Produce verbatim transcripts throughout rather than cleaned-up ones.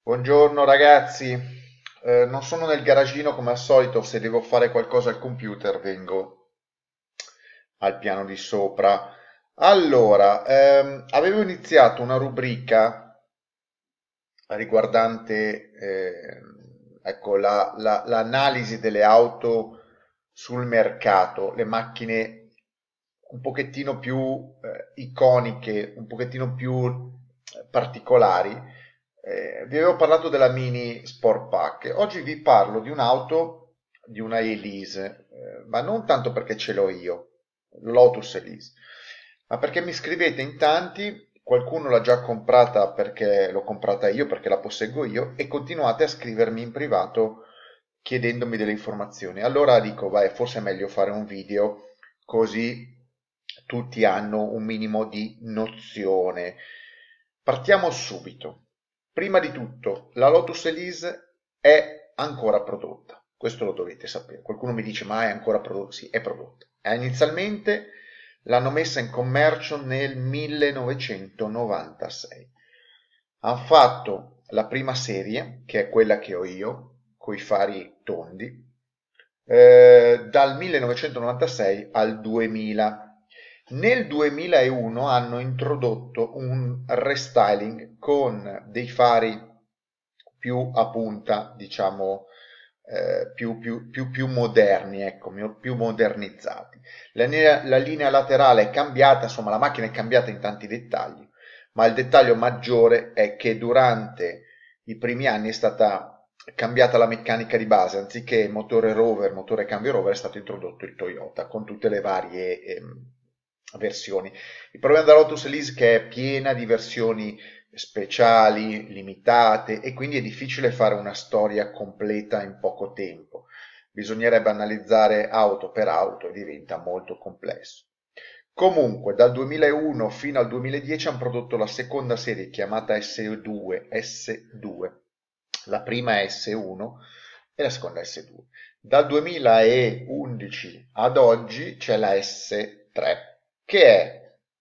Buongiorno ragazzi. Eh, non sono nel garagino come al solito, se devo fare qualcosa al computer vengo al piano di sopra. Allora, ehm, avevo iniziato una rubrica riguardante ehm, ecco, la- la- l'analisi delle auto sul mercato, le macchine un pochettino più eh, iconiche, un pochettino più eh, particolari. Eh, vi avevo parlato della Mini Sport Pack. Oggi vi parlo di un'auto, di una Elise, eh, ma non tanto perché ce l'ho io, Lotus Elise, ma perché mi scrivete in tanti, qualcuno l'ha già comprata perché l'ho comprata io, perché la posseggo io, e continuate a scrivermi in privato chiedendomi delle informazioni. Allora dico, vai, forse è meglio fare un video così tutti hanno un minimo di nozione. Partiamo subito. Prima di tutto, la Lotus Elise è ancora prodotta. Questo lo dovete sapere. Qualcuno mi dice, ma è ancora prodotta? Sì, è prodotta. Eh, inizialmente l'hanno messa in commercio nel millenovecentonovantasei. Hanno fatto la prima serie, che è quella che ho io, coi fari tondi, eh, dal millenovecentonovantasei al duemila. Nel duemilauno hanno introdotto un restyling con dei fari più a punta, diciamo, eh, più, più, più, più moderni, ecco, più modernizzati. La linea, la linea laterale è cambiata, insomma, la macchina è cambiata in tanti dettagli, ma il dettaglio maggiore è che durante i primi anni è stata cambiata la meccanica di base, anziché motore rover, motore cambio rover, è stato introdotto il Toyota con tutte le varie ehm, versioni. Il problema della Lotus Elise è che è piena di versioni speciali, limitate, e quindi è difficile fare una storia completa in poco tempo. Bisognerebbe analizzare auto per auto e diventa molto complesso. Comunque, dal duemilauno fino al duemiladieci hanno prodotto la seconda serie chiamata S due, S due, la prima è S uno e la seconda è S due. Dal duemilaundici ad oggi c'è la S tre, che è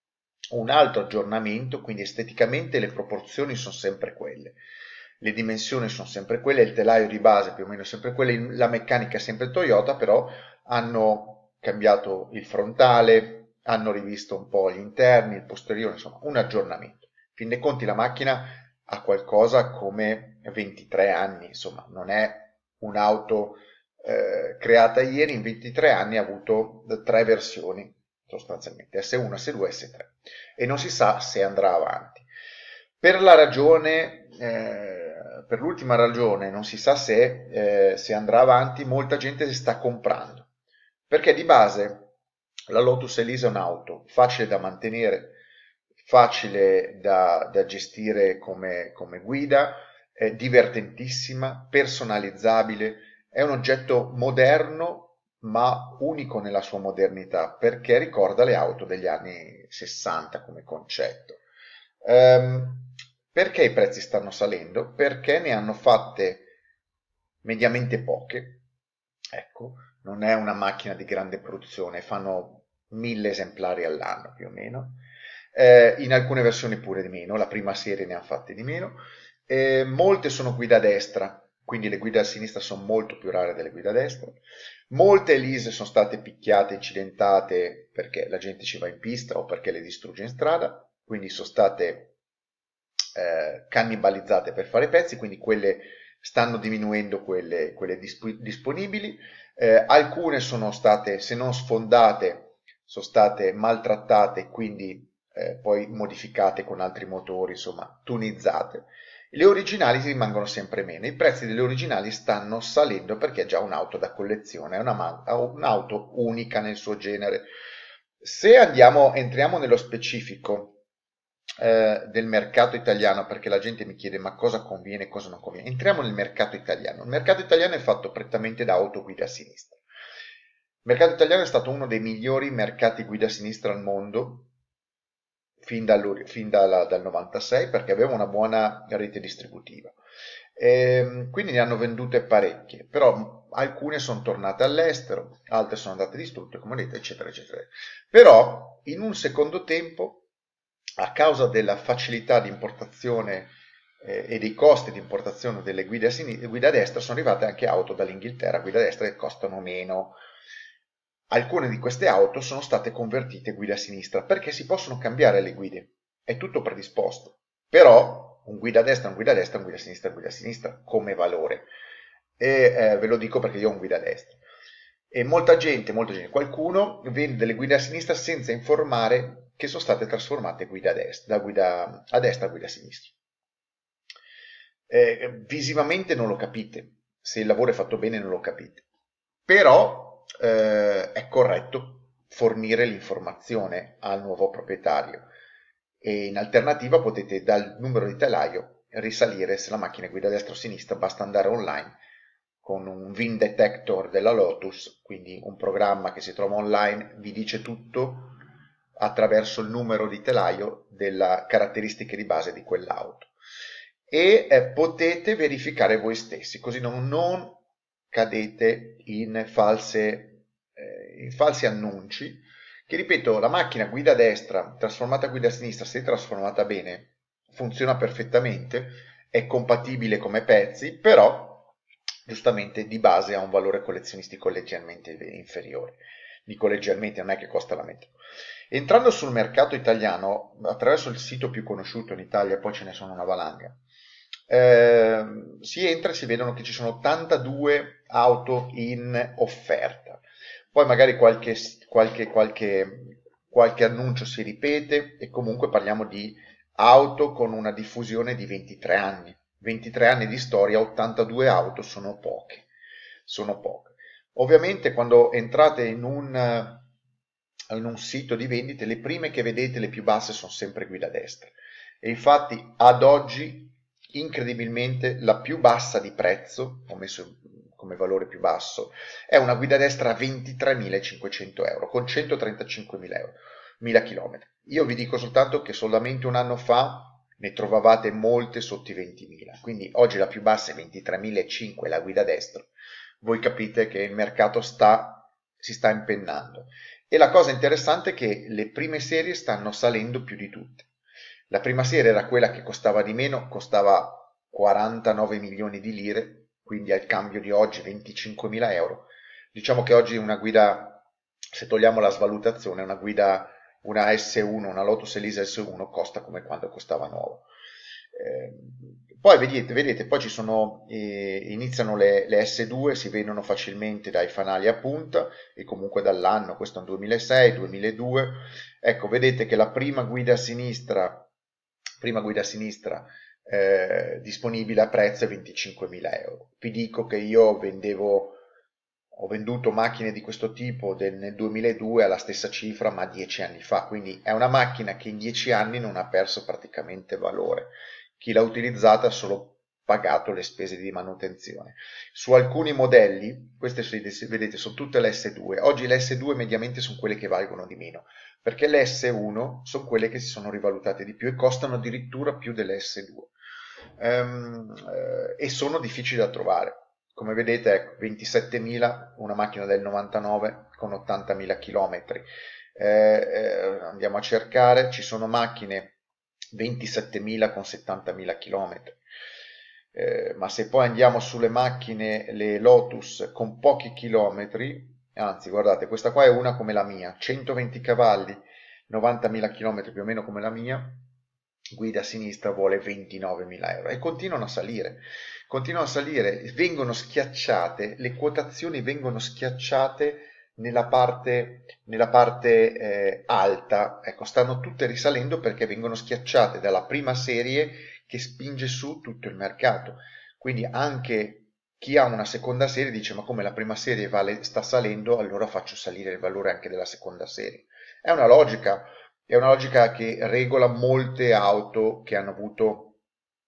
un altro aggiornamento, quindi esteticamente le proporzioni sono sempre quelle, le dimensioni sono sempre quelle, il telaio di base più o meno è sempre quello, la meccanica è sempre Toyota, però hanno cambiato il frontale, hanno rivisto un po' gli interni, il posteriore, insomma un aggiornamento. In fin dei conti la macchina ha qualcosa come ventitré anni, insomma non è un'auto eh, creata ieri, in ventitré anni ha avuto tre versioni sostanzialmente, S uno, S due, S tre, e non si sa se andrà avanti. Per la ragione, eh, per l'ultima ragione, non si sa se, eh, se andrà avanti, molta gente si sta comprando, perché di base la Lotus Elise è un'auto facile da mantenere, facile da, da gestire come, come guida, è divertentissima, personalizzabile, è un oggetto moderno ma unico nella sua modernità perché ricorda le auto degli anni sessanta come concetto. Ehm, perché i prezzi stanno salendo? Perché ne hanno fatte mediamente poche, ecco, non è una macchina di grande produzione, fanno mille esemplari all'anno più o meno, eh, in alcune versioni pure di meno, la prima serie ne ha fatte di meno, eh, molte sono guida a destra, quindi le guide a sinistra sono molto più rare delle guide a destra, molte Elise sono state picchiate, incidentate perché la gente ci va in pista o perché le distrugge in strada, quindi sono state eh, cannibalizzate per fare pezzi, quindi quelle stanno diminuendo quelle, quelle disp- disponibili. Eh, alcune sono state, se non sfondate, sono state maltrattate, quindi eh, poi modificate con altri motori, insomma, tunizzate. Le originali rimangono sempre meno, i prezzi delle originali stanno salendo perché è già un'auto da collezione, è una ma- un'auto unica nel suo genere. Se andiamo, entriamo nello specifico eh, del mercato italiano, perché la gente mi chiede ma cosa conviene e cosa non conviene, entriamo nel mercato italiano. Il mercato italiano è fatto prettamente da auto guida a sinistra. Il mercato italiano è stato uno dei migliori mercati guida a sinistra al mondo fin, fin dalla, dal novantasei perché aveva una buona rete distributiva. E, quindi ne hanno vendute parecchie, però alcune sono tornate all'estero, altre sono andate distrutte, come detto, eccetera, eccetera. Però in un secondo tempo, a causa della facilità di importazione eh, e dei costi di importazione delle guide a, sinistra, guide a destra, sono arrivate anche auto dall'Inghilterra, guide a destra, che costano meno. Alcune di queste auto sono state convertite guida a sinistra perché si possono cambiare le guide, è tutto predisposto, però un guida a destra, un guida a destra, un guida a sinistra, un guida a sinistra come valore. E eh, ve lo dico perché io ho un guida a destra. E molta gente, molta gente, qualcuno vende delle guide a sinistra senza informare che sono state trasformate guida a destra, da guida a destra a guida a sinistra. Eh, visivamente non lo capite, se il lavoro è fatto bene non lo capite, però eh, è corretto fornire l'informazione al nuovo proprietario e in alternativa potete dal numero di telaio risalire se la macchina è guida a destra o a sinistra, basta andare online con un V I N detector della Lotus, quindi un programma che si trova online, vi dice tutto attraverso il numero di telaio delle caratteristiche di base di quell'auto e eh, potete verificare voi stessi, così non, non cadete in, false, eh, in falsi annunci, che ripeto, la macchina guida a destra, trasformata a guida a sinistra, se trasformata bene, funziona perfettamente, è compatibile come pezzi, però giustamente di base ha un valore collezionistico leggermente inferiore. Dico leggermente, non è che costa la metà. Entrando sul mercato italiano, attraverso il sito più conosciuto in Italia, poi ce ne sono una valanga, eh, si entra e si vedono che ci sono ottantadue auto in offerta. Poi magari qualche, qualche, qualche, qualche annuncio si ripete e comunque parliamo di auto con una diffusione di ventitré anni. ventitré anni di storia, ottantadue auto sono poche. Sono poche. Ovviamente quando entrate in un, in un sito di vendite, le prime che vedete, le più basse, sono sempre guida a destra. E infatti ad oggi, incredibilmente, la più bassa di prezzo, ho messo come valore più basso, è una guida a destra a ventitremilacinquecento euro, con centotrentacinquemila euro, mila chilometri. Io vi dico soltanto che solamente un anno fa ne trovavate molte sotto i ventimila, quindi oggi la più bassa è ventitremilacinquecento, la guida a destra. Voi capite che il mercato sta, si sta impennando. E la cosa interessante è che le prime serie stanno salendo più di tutte. La prima serie era quella che costava di meno, costava quarantanove milioni di lire, quindi al cambio di oggi venticinquemila euro. Diciamo che oggi una guida, se togliamo la svalutazione, una guida, una S uno, una Lotus Elise S uno costa come quando costava nuovo. Eh, poi vedete, vedete, poi ci sono, eh, iniziano le, le S due, si vendono facilmente dai fanali a punta e comunque dall'anno, questo è un duemilasei, duemiladue. Ecco, vedete che la prima guida a sinistra, prima guida a sinistra eh, disponibile a prezzo è venticinquemila euro. Vi dico che io vendevo, ho venduto macchine di questo tipo del, nel duemiladue alla stessa cifra, ma dieci anni fa, quindi è una macchina che in dieci anni non ha perso praticamente valore. Chi l'ha utilizzata ha solo pagato le spese di manutenzione. Su alcuni modelli, queste vedete sono tutte le S due, oggi le S due mediamente sono quelle che valgono di meno, perché le S uno sono quelle che si sono rivalutate di più e costano addirittura più delle S due. Um, eh, e sono difficili da trovare. Come vedete, ecco, ventisettemila, una macchina del novantanove con ottantamila chilometri. Eh, eh, andiamo a cercare, ci sono macchine ventisettemila con settantamila chilometri. Eh, ma se poi andiamo sulle macchine, le Lotus con pochi chilometri, anzi guardate, questa qua è una come la mia, centoventi cavalli, novantamila chilometri più o meno come la mia, guida a sinistra vuole ventinovemila euro e continuano a salire, continuano a salire, vengono schiacciate, le quotazioni vengono schiacciate nella parte, nella parte eh, alta, ecco, stanno tutte risalendo perché vengono schiacciate dalla prima serie che spinge su tutto il mercato, quindi anche chi ha una seconda serie dice ma come la prima serie vale, sta salendo, allora faccio salire il valore anche della seconda serie. È una logica, è una logica che regola molte auto che hanno avuto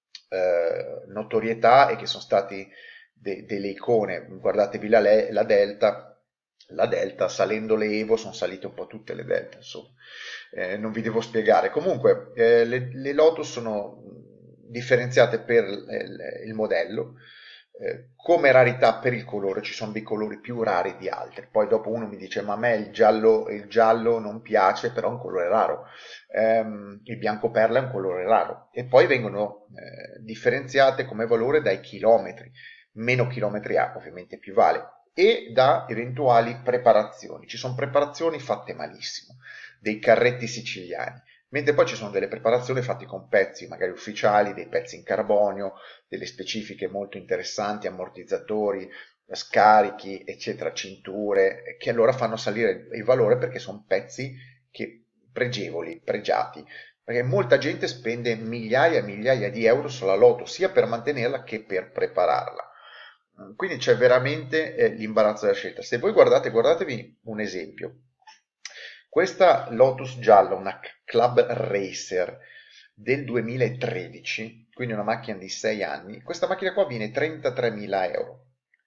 eh, notorietà e che sono stati de- delle icone. Guardatevi la, la Delta, la Delta, salendo le Evo sono salite un po' tutte le Delta, insomma. Eh, non vi devo spiegare. Comunque, eh, le, le Lotus sono differenziate per il, il modello. Eh, come rarità per il colore ci sono dei colori più rari di altri. Poi dopo uno mi dice: ma a me il giallo, il giallo non piace, però è un colore raro. Ehm, il bianco perla è un colore raro. E poi vengono eh, differenziate come valore dai chilometri. Meno chilometri ha, ovviamente più vale. E da eventuali preparazioni. Ci sono preparazioni fatte malissimo, dei carretti siciliani, mentre poi ci sono delle preparazioni fatte con pezzi magari ufficiali, dei pezzi in carbonio, delle specifiche molto interessanti, ammortizzatori, scarichi, eccetera, cinture, che allora fanno salire il valore perché sono pezzi che, pregevoli, pregiati, perché molta gente spende migliaia e migliaia di euro sulla Lotus, sia per mantenerla che per prepararla. Quindi c'è veramente eh, l'imbarazzo della scelta. Se voi guardate, guardatevi un esempio. Questa Lotus gialla, una Club Racer del duemilatredici, quindi una macchina di sei anni, questa macchina qua viene trentatremila euro.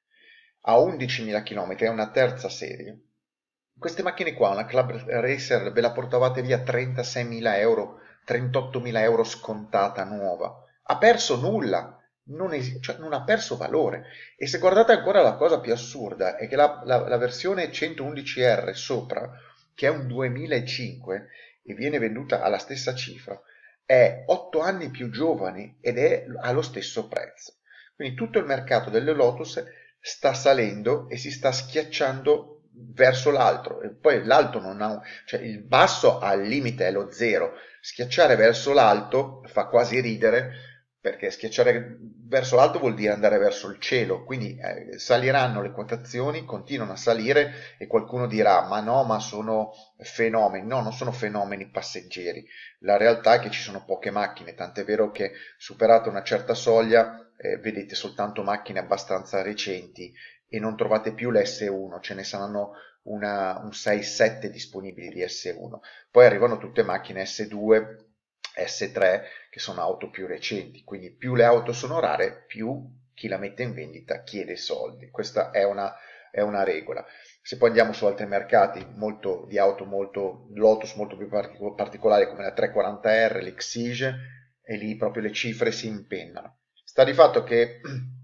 A undicimila chilometri, è una terza serie. Queste macchine qua, una Club Racer, ve la portavate via trentaseimila euro, trentottomila euro scontata nuova. Ha perso nulla, non, es- cioè, non ha perso valore. E se guardate ancora la cosa più assurda, è che la, la- la versione centoundici R sopra, che è un duemilacinque e viene venduta alla stessa cifra, è otto anni più giovane ed è allo stesso prezzo. Quindi tutto il mercato delle Lotus sta salendo e si sta schiacciando verso l'alto, e poi l'alto non ha, cioè il basso al limite è lo zero, schiacciare verso l'alto fa quasi ridere, perché schiacciare verso l'alto vuol dire andare verso il cielo, quindi eh, saliranno le quotazioni, continuano a salire e qualcuno dirà: ma no, ma sono fenomeni. No, non sono fenomeni passeggeri, la realtà è che ci sono poche macchine, tant'è vero che superata una certa soglia eh, vedete soltanto macchine abbastanza recenti e non trovate più l'S uno, ce ne saranno una, un sei sette disponibili di S uno. Poi arrivano tutte macchine S due, S tre, che sono auto più recenti, quindi più le auto sono rare, più chi la mette in vendita chiede soldi. Questa è una, è una regola. Se poi andiamo su altri mercati molto, di auto molto Lotus molto più partic- particolari come la trecentoquaranta R, l'Exige, e lì proprio le cifre si impennano. Sta di fatto che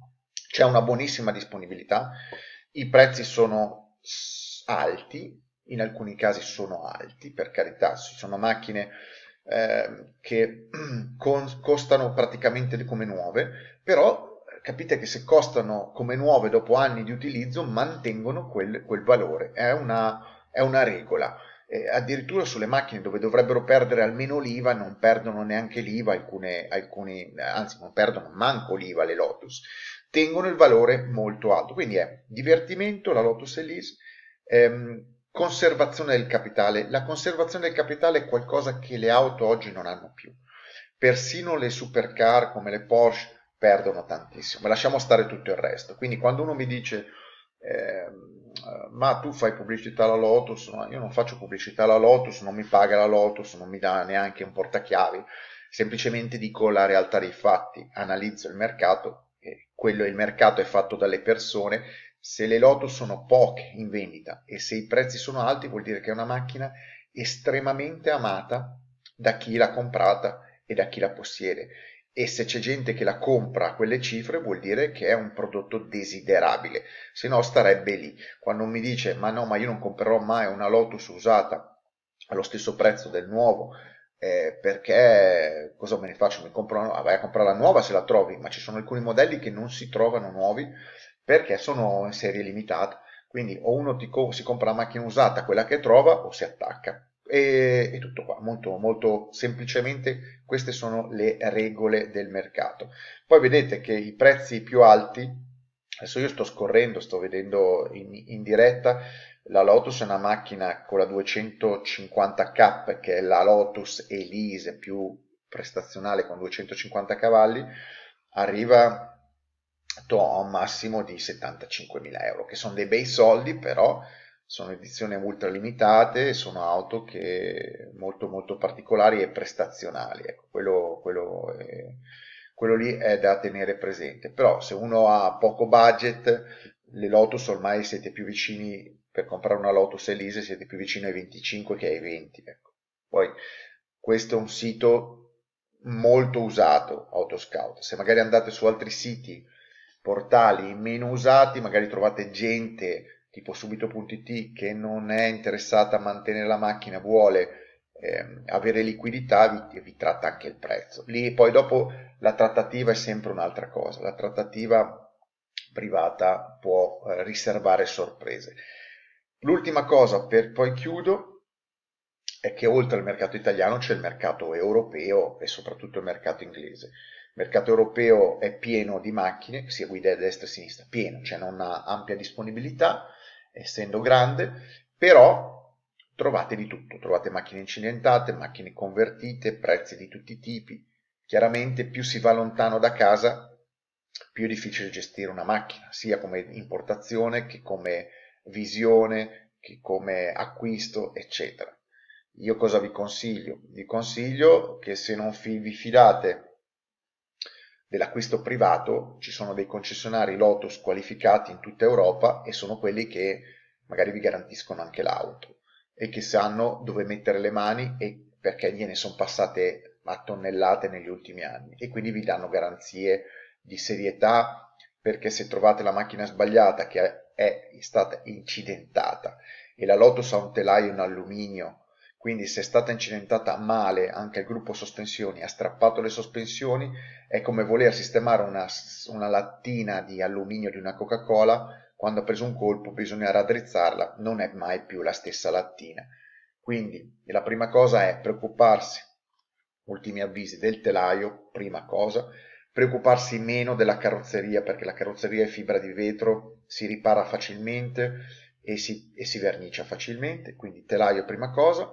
c'è una buonissima disponibilità, i prezzi sono alti, in alcuni casi sono alti, per carità, ci sono macchine eh, che con, costano praticamente come nuove, però capite che se costano come nuove dopo anni di utilizzo mantengono quel, quel valore, è una, è una regola. Eh, addirittura sulle macchine dove dovrebbero perdere almeno l'I V A non perdono neanche l'I V A, alcune, alcuni, anzi non perdono manco l'I V A le Lotus, tengono il valore molto alto, quindi è divertimento la Lotus Elise, ehm, conservazione del capitale. La conservazione del capitale è qualcosa che le auto oggi non hanno più, persino le supercar come le Porsche perdono tantissimo, ma lasciamo stare tutto il resto. Quindi quando uno mi dice eh, ma tu fai pubblicità alla Lotus, no, io non faccio pubblicità alla Lotus, non mi paga la Lotus, non mi dà neanche un portachiavi, semplicemente dico la realtà dei fatti, analizzo il mercato, e quello il mercato è fatto dalle persone. Se le Lotus sono poche in vendita e se i prezzi sono alti vuol dire che è una macchina estremamente amata da chi l'ha comprata e da chi la possiede, e se c'è gente che la compra a quelle cifre vuol dire che è un prodotto desiderabile, se no starebbe lì. Quando mi dice: ma no, ma io non comprerò mai una Lotus usata allo stesso prezzo del nuovo, eh, perché cosa me ne faccio? Mi compro una, vai a comprare la nuova se la trovi, ma ci sono alcuni modelli che non si trovano nuovi perché sono in serie limitata, quindi o uno ti co- si compra la macchina usata, quella che trova, o si attacca. E, e tutto qua, molto, molto semplicemente queste sono le regole del mercato. Poi vedete che i prezzi più alti, adesso io sto scorrendo, sto vedendo in, in diretta, la Lotus è una macchina con la duecentocinquanta K, che è la Lotus Elise più prestazionale con duecentocinquanta cavalli, arriva a un massimo di settantacinquemila euro, che sono dei bei soldi, però sono edizioni ultra limitate, sono auto che molto molto particolari e prestazionali, ecco, quello, quello, è, quello lì è da tenere presente. Però se uno ha poco budget, le Lotus ormai siete più vicini, per comprare una Lotus Elise siete più vicini ai venticinque che ai venti, ecco. Poi questo è un sito molto usato, Autoscout. Se magari andate su altri siti portali meno usati, magari trovate gente tipo subito.it che non è interessata a mantenere la macchina, vuole ehm, avere liquidità, vi, vi tratta anche il prezzo. Lì poi dopo la trattativa è sempre un'altra cosa, la trattativa privata può eh, riservare sorprese. L'ultima cosa, per poi chiudo, è che oltre al mercato italiano c'è il mercato europeo e soprattutto il mercato inglese. Il mercato europeo è pieno di macchine, sia guida a destra e a sinistra, pieno, cioè non ha ampia disponibilità, essendo grande, però trovate di tutto, trovate macchine incidentate, macchine convertite, prezzi di tutti i tipi. Chiaramente più si va lontano da casa, più è difficile gestire una macchina, sia come importazione che come visione, che come acquisto, eccetera. Io cosa vi consiglio? Vi consiglio che se non vi fidate dell'acquisto privato, ci sono dei concessionari Lotus qualificati in tutta Europa e sono quelli che magari vi garantiscono anche l'auto e che sanno dove mettere le mani e perché gliene sono passate a tonnellate negli ultimi anni e quindi vi danno garanzie di serietà, perché se trovate la macchina sbagliata che è stata incidentata e la Lotus ha un telaio in alluminio, quindi se è stata incidentata male anche il gruppo sospensioni ha strappato le sospensioni, è come voler sistemare una, una lattina di alluminio di una Coca-Cola, quando ha preso un colpo bisogna raddrizzarla, non è mai più la stessa lattina. Quindi la prima cosa è preoccuparsi, ultimi avvisi, del telaio, prima cosa, preoccuparsi meno della carrozzeria, perché la carrozzeria è fibra di vetro, si ripara facilmente e si, e si vernicia facilmente, quindi telaio prima cosa,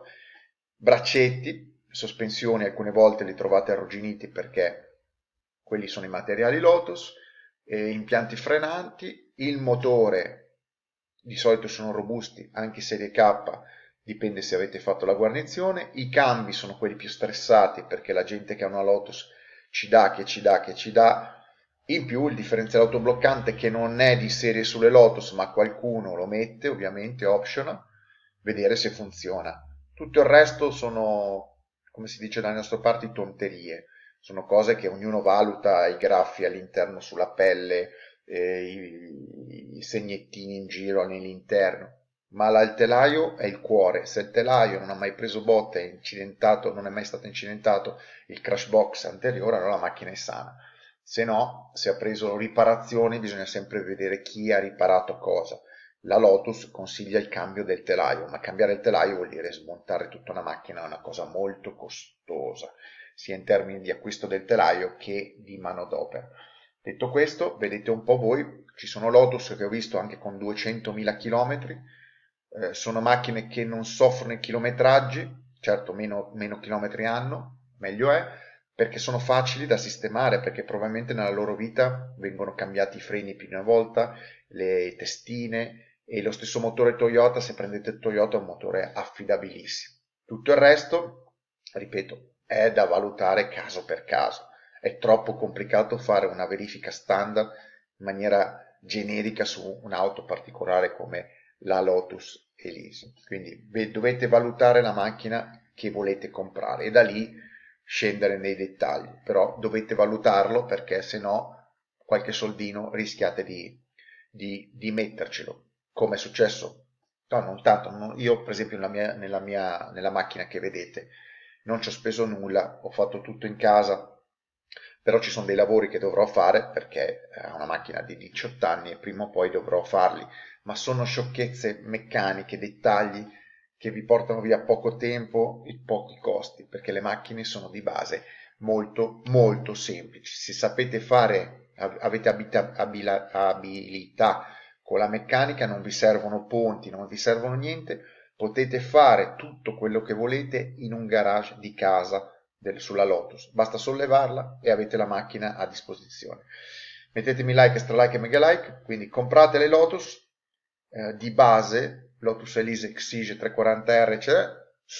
braccetti, sospensioni alcune volte li trovate arrugginiti perché quelli sono i materiali Lotus, e impianti frenanti, il motore di solito sono robusti, anche serie K, dipende se avete fatto la guarnizione, i cambi sono quelli più stressati perché la gente che ha una Lotus ci dà, che ci dà, che ci dà, in più il differenziale autobloccante che non è di serie sulle Lotus ma qualcuno lo mette, ovviamente optional, vedere se funziona. Tutto il resto sono, come si dice dalle nostre parti, tonterie, sono cose che ognuno valuta, i graffi all'interno sulla pelle, eh, i, i segnettini in giro nell'interno, ma la- il telaio è il cuore. Se il telaio non ha mai preso botte, è incidentato, non è mai stato incidentato il crash box anteriore, allora la macchina è sana. Se no, se ha preso riparazioni, bisogna sempre vedere chi ha riparato cosa. La Lotus consiglia il cambio del telaio, ma cambiare il telaio vuol dire smontare tutta una macchina, è una cosa molto costosa, sia in termini di acquisto del telaio che di manodopera. Detto questo, vedete un po' voi, ci sono Lotus che ho visto anche con duecentomila chilometri, eh, sono macchine che non soffrono i chilometraggi, certo meno, meno chilometri hanno, meglio è, perché sono facili da sistemare, perché probabilmente nella loro vita vengono cambiati i freni più di una volta, le testine e lo stesso motore Toyota, se prendete il Toyota è un motore affidabilissimo. Tutto il resto, ripeto, è da valutare caso per caso. È troppo complicato fare una verifica standard in maniera generica su un'auto particolare come la Lotus Elise. Quindi dovete valutare la macchina che volete comprare e da lì scendere nei dettagli, però dovete valutarlo perché se no qualche soldino rischiate di, di, di mettercelo, come è successo. No, non tanto, non- io per esempio nella mia, nella mia, nella macchina che vedete non ci ho speso nulla, ho fatto tutto in casa, però ci sono dei lavori che dovrò fare perché è una macchina di diciotto anni e prima o poi dovrò farli, ma sono sciocchezze meccaniche, dettagli che vi portano via poco tempo e pochi costi, perché le macchine sono di base molto molto semplici. Se sapete fare, avete abita- abila- abilità con la meccanica, non vi servono ponti, non vi servono niente, potete fare tutto quello che volete in un garage di casa del- sulla Lotus, basta sollevarla e avete la macchina a disposizione. Mettetemi like, stra like e mega like, quindi comprate le Lotus, eh, di base, Lotus Elise Exige trecentoquaranta R, cioè,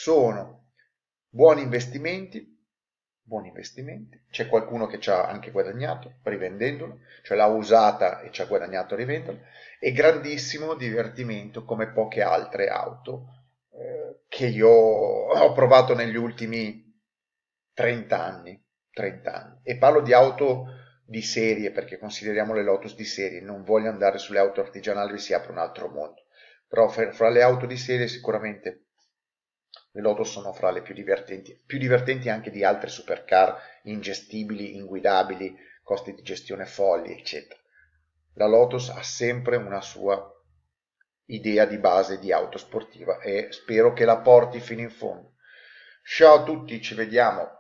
sono buoni investimenti, buoni investimenti, c'è qualcuno che ci ha anche guadagnato rivendendolo, cioè l'ha usata e ci ha guadagnato a rivenderla, e grandissimo divertimento come poche altre auto eh, che io ho provato negli ultimi trenta anni, trenta anni. E parlo di auto di serie, perché consideriamo le Lotus di serie, non voglio andare sulle auto artigianali, vi si apre un altro mondo, però fra le auto di serie sicuramente le Lotus sono fra le più divertenti, più divertenti anche di altre supercar ingestibili, inguidabili, costi di gestione folli, eccetera. La Lotus ha sempre una sua idea di base di auto sportiva e spero che la porti fino in fondo. Ciao a tutti, ci vediamo